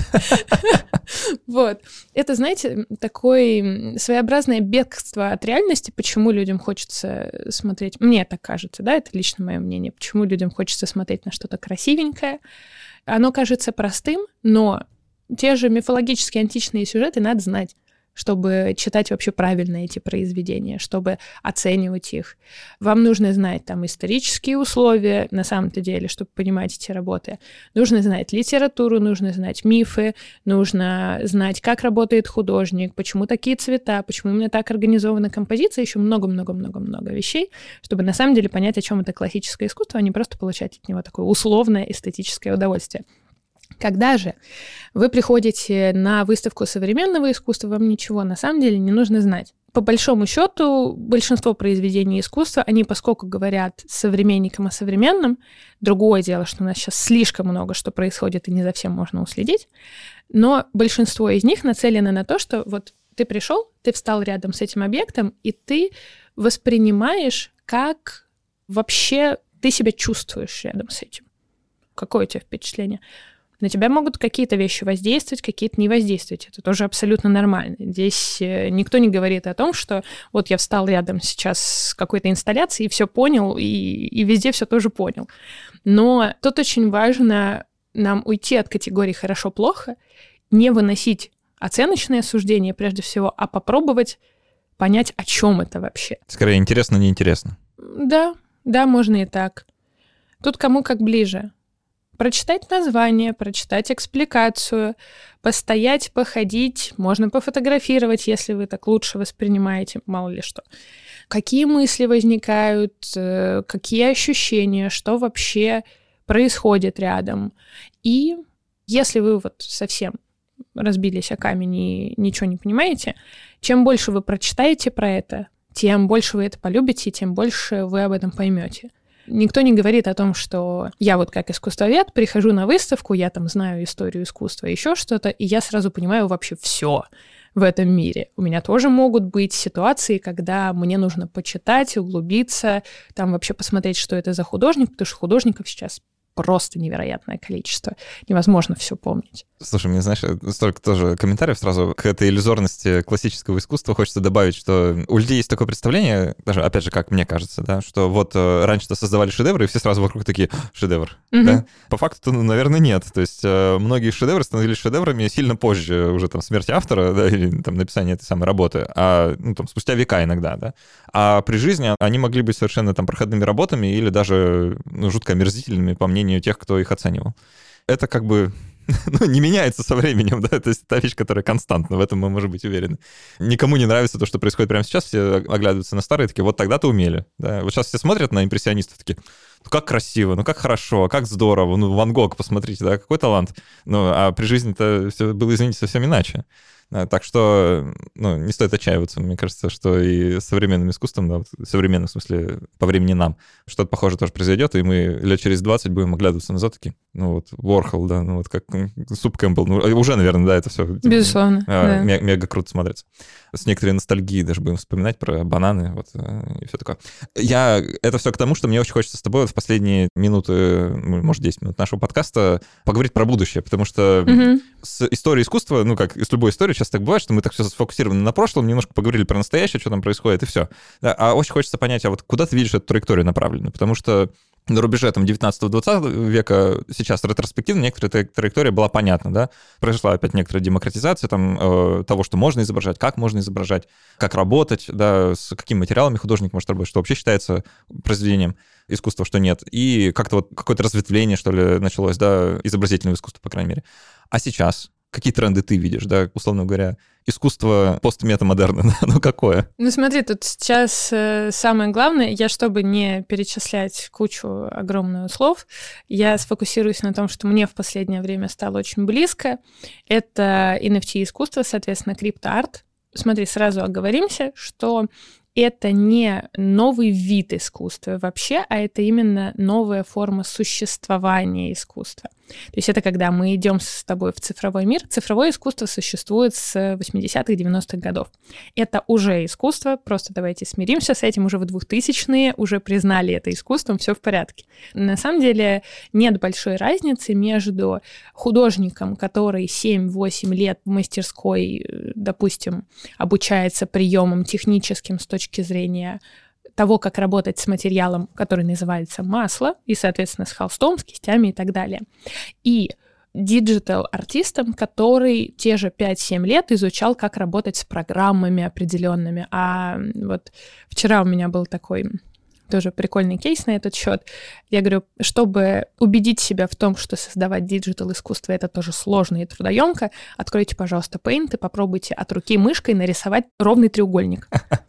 Вот. Это, знаете, такое своеобразное бегство от реальности, почему людям хочется смотреть, мне так кажется, да, это лично мое мнение, почему людям хочется смотреть на что-то красивенькое. Оно кажется простым, но те же мифологические античные сюжеты надо знать, чтобы читать вообще правильно эти произведения, чтобы оценивать их. Вам нужно знать исторические условия, на самом-то деле, чтобы понимать эти работы. Нужно знать литературу, нужно знать мифы, нужно знать, как работает художник, почему такие цвета, почему именно так организована композиция, еще много-много-много-много вещей, чтобы на самом деле понять, о чем это классическое искусство, а не просто получать от него такое условное эстетическое удовольствие. Когда же вы приходите на выставку современного искусства, вам ничего на самом деле не нужно знать. По большому счету, большинство произведений искусства, они, поскольку говорят современникам о современном, другое дело, что у нас сейчас слишком много что происходит, и не за всем можно уследить, но большинство из них нацелено на то, что вот ты пришел, ты встал рядом с этим объектом, и ты воспринимаешь, как вообще ты себя чувствуешь рядом с этим. Какое у тебя впечатление? На тебя могут какие-то вещи воздействовать, какие-то не воздействовать. Это тоже абсолютно нормально. Здесь никто не говорит о том, что вот я встал рядом сейчас с какой-то инсталляцией и все понял, и везде все тоже понял. Но тут очень важно нам уйти от категории «хорошо-плохо», не выносить оценочное суждение прежде всего, а попробовать понять, о чем это вообще. Скорее, интересно, неинтересно. Да, можно и так. Тут кому как ближе. Прочитать название, прочитать экспликацию, постоять, походить, можно пофотографировать, если вы так лучше воспринимаете, мало ли что. Какие мысли возникают, какие ощущения, что вообще происходит рядом. И если вы вот совсем разбились о камень и ничего не понимаете, чем больше вы прочитаете про это, тем больше вы это полюбите, тем больше вы об этом поймете. Никто не говорит о том, что я вот как искусствовед прихожу на выставку, я там знаю историю искусства, еще что-то, и я сразу понимаю вообще все в этом мире. У меня тоже могут быть ситуации, когда мне нужно почитать, углубиться, там вообще посмотреть, что это за художник, потому что художников сейчас просто невероятное количество. Невозможно все помнить. Слушай, мне, знаешь, столько тоже комментариев сразу к этой иллюзорности классического искусства. Хочется добавить, что у людей есть такое представление, даже, опять же, как мне кажется, да, что вот раньше-то создавали шедевры, и все сразу вокруг такие: шедевр. Да? По факту, наверное, нет. То есть многие шедевры становились шедеврами сильно позже уже там смерти автора, да, или там написания этой самой работы, там спустя века иногда, да. А при жизни они могли быть совершенно там проходными работами или даже жутко омерзительными, по мнению тех, кто их оценивал. Это как бы не меняется со временем, да, то есть та вещь, которая константна, в этом мы можем быть уверены. Никому не нравится то, что происходит прямо сейчас, все оглядываются на старые, такие: вот тогда-то умели, да. Вот сейчас все смотрят на импрессионистов, такие: ну как красиво, ну как хорошо, как здорово, ну Ван Гог, посмотрите, да, какой талант. Ну, а при жизни-то все было, извините, совсем иначе. Так что, не стоит отчаиваться. Мне кажется, что и с современным искусством, да, в современном смысле, по времени нам, что-то похожее тоже произойдет, и мы лет через 20 будем оглядываться назад такие: Уорхол, да, как Суп Кэмпбелл, уже, наверное, да, это все. Безусловно. Да. Мега круто смотрится. С некоторой ностальгией даже будем вспоминать про бананы, и все такое. Это все к тому, что мне очень хочется с тобой в последние минуты, может, 10 минут нашего подкаста поговорить про будущее, потому что с историей искусства, как и с любой историей, часто так бывает, что мы так все сфокусированы на прошлом, немножко поговорили про настоящее, что там происходит, и все. Да, а очень хочется понять, а вот куда ты видишь эту траекторию направленную? Потому что на рубеже 19-20 века сейчас ретроспективно некоторая траектория была понятна, да? Произошла опять некоторая демократизация того, что можно изображать, как работать, да, с какими материалами художник может работать, что вообще считается произведением искусства, что нет. И как-то вот какое-то разветвление, что ли, началось, да, изобразительного искусства, по крайней мере. А сейчас какие тренды ты видишь, да, условно говоря, искусство постметамодерна, какое? Смотри, тут сейчас самое главное, чтобы не перечислять кучу огромную слов, я сфокусируюсь на том, что мне в последнее время стало очень близко. Это NFT-искусство, соответственно, криптоарт. Смотри, сразу оговоримся, что это не новый вид искусства вообще, а это именно новая форма существования искусства. То есть это когда мы идем с тобой в цифровой мир. Цифровое искусство существует с 80-х, 90-х годов. Это уже искусство, просто давайте смиримся с этим. Уже в 2000-е уже признали это искусством, все в порядке. На самом деле нет большой разницы между художником, который 7-8 лет в мастерской, допустим, обучается приемам техническим с точки зрения того, как работать с материалом, который называется масло, и, соответственно, с холстом, с кистями и так далее. И диджитал-артистом, который те же 5-7 лет изучал, как работать с программами определенными. А вот вчера у меня был такой тоже прикольный кейс на этот счет. Я говорю, чтобы убедить себя в том, что создавать диджитал-искусство — это тоже сложно и трудоемко, откройте, пожалуйста, Paint и попробуйте от руки мышкой нарисовать ровный треугольник.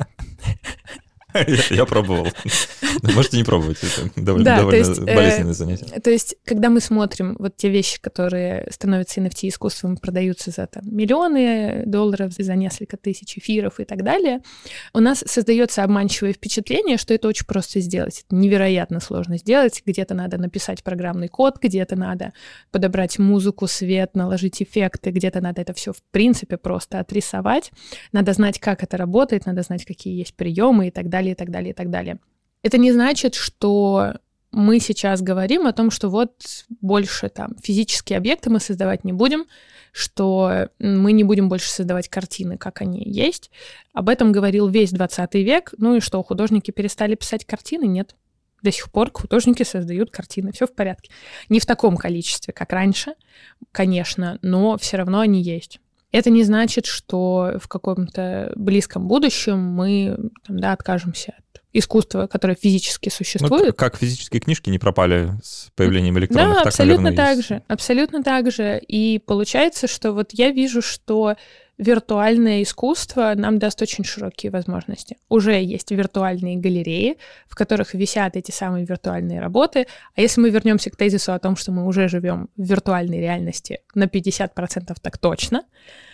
Я пробовал. Можете не пробовать, это довольно болезненное занятие. То есть, когда мы смотрим вот те вещи, которые становятся NFT-искусством, продаются за миллионы долларов, за несколько тысяч эфиров и так далее, у нас создается обманчивое впечатление, что это очень просто сделать. Это невероятно сложно сделать. Где-то надо написать программный код, где-то надо подобрать музыку, свет, наложить эффекты, где-то надо это все в принципе просто отрисовать. Надо знать, как это работает, надо знать, какие есть приемы и так далее, и так далее, и так далее. Это не значит, что мы сейчас говорим о том, что вот больше там физические объекты мы создавать не будем, что мы не будем больше создавать картины, как они есть. Об этом говорил весь 20 век. Ну и что, художники перестали писать картины? Нет. До сих пор художники создают картины. Все в порядке. Не в таком количестве, как раньше, конечно, но все равно они есть. Это не значит, что в каком-то близком будущем мы откажемся от искусства, которое физически существует. Ну, как физические книжки не пропали с появлением электронных, да, так, абсолютно наверное, так же. Абсолютно так же. И получается, что вот я вижу, что виртуальное искусство нам даст очень широкие возможности. Уже есть виртуальные галереи, в которых висят эти самые виртуальные работы. А если мы вернемся к тезису о том, что мы уже живем в виртуальной реальности на 50% так точно,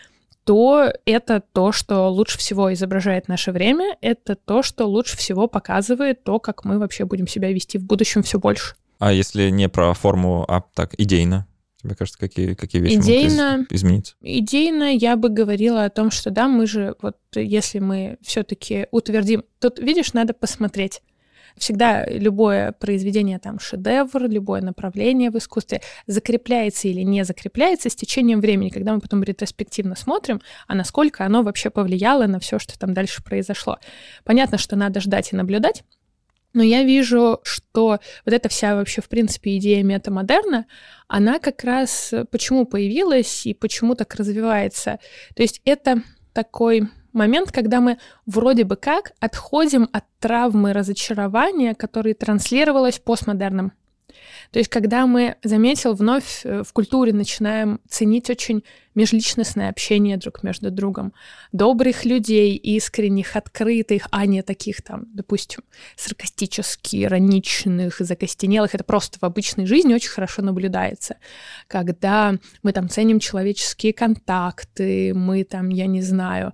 то это то, что лучше всего изображает наше время, это то, что лучше всего показывает то, как мы вообще будем себя вести в будущем все больше. А если не про форму, а так идейно? Тебе кажется, какие вещи могут измениться? Идейно я бы говорила о том, что да, мы же, вот если мы все-таки утвердим... Тут, видишь, надо посмотреть. Всегда любое произведение, там, шедевр, любое направление в искусстве закрепляется или не закрепляется с течением времени, когда мы потом ретроспективно смотрим, а насколько оно вообще повлияло на все, что там дальше произошло. Понятно, что надо ждать и наблюдать, но я вижу, что вот эта вся вообще, в принципе, идея метамодерна, она как раз почему появилась и почему так развивается. То есть это такой момент, когда мы вроде бы как отходим от травмы разочарования, которая транслировалась постмодерном. То есть когда мы, заметил, вновь в культуре начинаем ценить очень межличностное общение друг между другом, добрых людей, искренних, открытых, а не таких там, допустим, саркастически ироничных, закостенелых. Это просто в обычной жизни очень хорошо наблюдается. Когда мы там ценим человеческие контакты, мы там, я не знаю,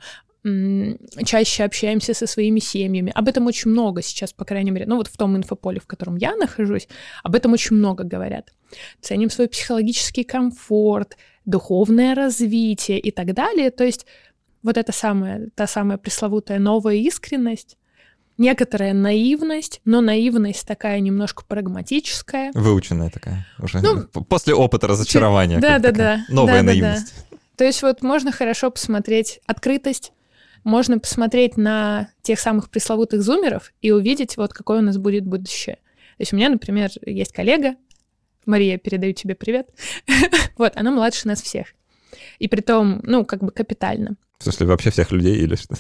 чаще общаемся со своими семьями. Об этом очень много сейчас, по крайней мере, ну вот в том инфополе, в котором я нахожусь, об этом очень много говорят. Ценим свой психологический комфорт, духовное развитие и так далее. То есть вот это та самая пресловутая новая искренность, некоторая наивность, но наивность такая немножко прагматическая. Выученная такая уже. После опыта разочарования. Да. Новая наивность. То есть вот можно хорошо посмотреть открытость, можно посмотреть на тех самых пресловутых зумеров и увидеть, вот какое у нас будет будущее. То есть у меня, например, есть коллега, Мария, передаю тебе привет. Вот, она младше нас всех. И притом, как бы капитально. В смысле, вообще всех людей или что?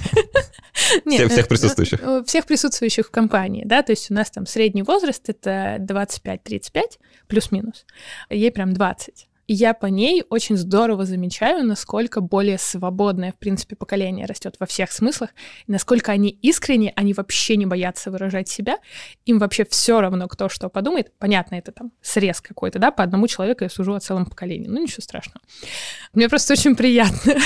Нет, всех присутствующих? Всех присутствующих в компании, да, то есть у нас там средний возраст — это 25-35, плюс-минус. Ей прям 20. И я по ней очень здорово замечаю, насколько более свободное, в принципе, поколение растет во всех смыслах, и насколько они искренне, они вообще не боятся выражать себя, им вообще все равно, кто что подумает. Понятно, это там срез какой-то, да, по одному человеку я сужу о целом поколении. Ничего страшного. Мне просто очень приятно.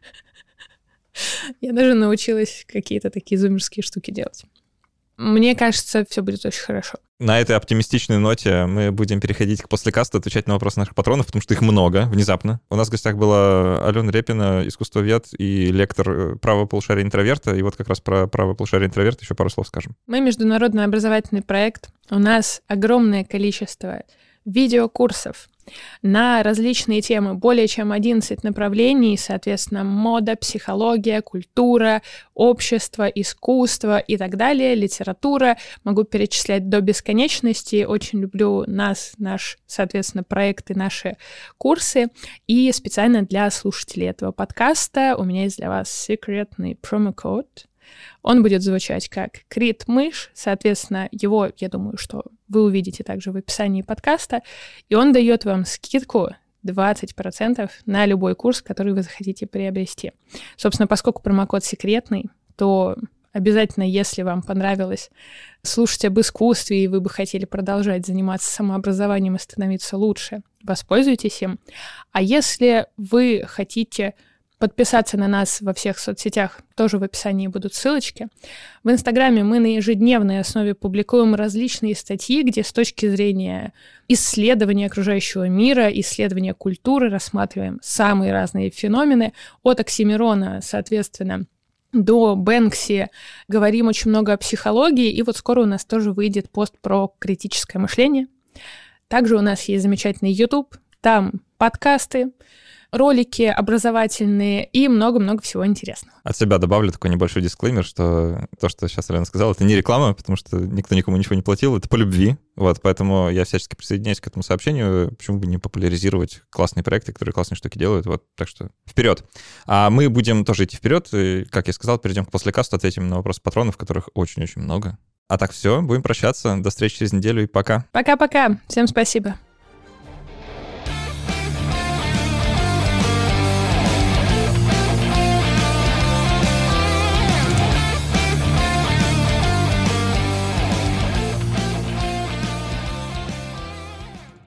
Я даже научилась какие-то такие зумерские штуки делать. Мне кажется, все будет очень хорошо. На этой оптимистичной ноте мы будем переходить к послекасту, отвечать на вопросы наших патронов, потому что их много, внезапно. У нас в гостях была Алена Репина, искусствовед и лектор правого полушария интроверта. И вот как раз про правое полушарие интроверта еще пару слов скажем. Мы международный образовательный проект. У нас огромное количество видеокурсов на различные темы, более чем 11 направлений, соответственно, мода, психология, культура, общество, искусство и так далее, литература. Могу перечислять до бесконечности. Очень люблю наш, соответственно, проект и наши курсы. И специально для слушателей этого подкаста у меня есть для вас секретный промокод. Он будет звучать как крит-мышь, соответственно, его, я думаю, что вы увидите также в описании подкаста, и он дает вам скидку 20% на любой курс, который вы захотите приобрести. Собственно, поскольку промокод секретный, то обязательно, если вам понравилось слушать об искусстве, и вы бы хотели продолжать заниматься самообразованием и становиться лучше, воспользуйтесь им. А если вы хотите подписаться на нас во всех соцсетях, тоже в описании будут ссылочки. В Инстаграме мы на ежедневной основе публикуем различные статьи, где с точки зрения исследования окружающего мира, исследования культуры рассматриваем самые разные феномены, от Оксимирона, соответственно, до Бэнкси говорим очень много о психологии, и вот скоро у нас тоже выйдет пост про критическое мышление. Также у нас есть замечательный YouTube, там подкасты, ролики образовательные и много-много всего интересного. От себя добавлю такой небольшой дисклеймер, что то, что сейчас Алена сказала, это не реклама, потому что никто никому ничего не платил, это по любви. Вот, поэтому я всячески присоединяюсь к этому сообщению. Почему бы не популяризировать классные проекты, которые классные штуки делают. Вот, так что вперед. А мы будем тоже идти вперед. И, как я сказал, перейдем к послекасту, ответим на вопросы патронов, которых очень-очень много. А так все, будем прощаться. До встречи через неделю и пока. Пока-пока. Всем спасибо.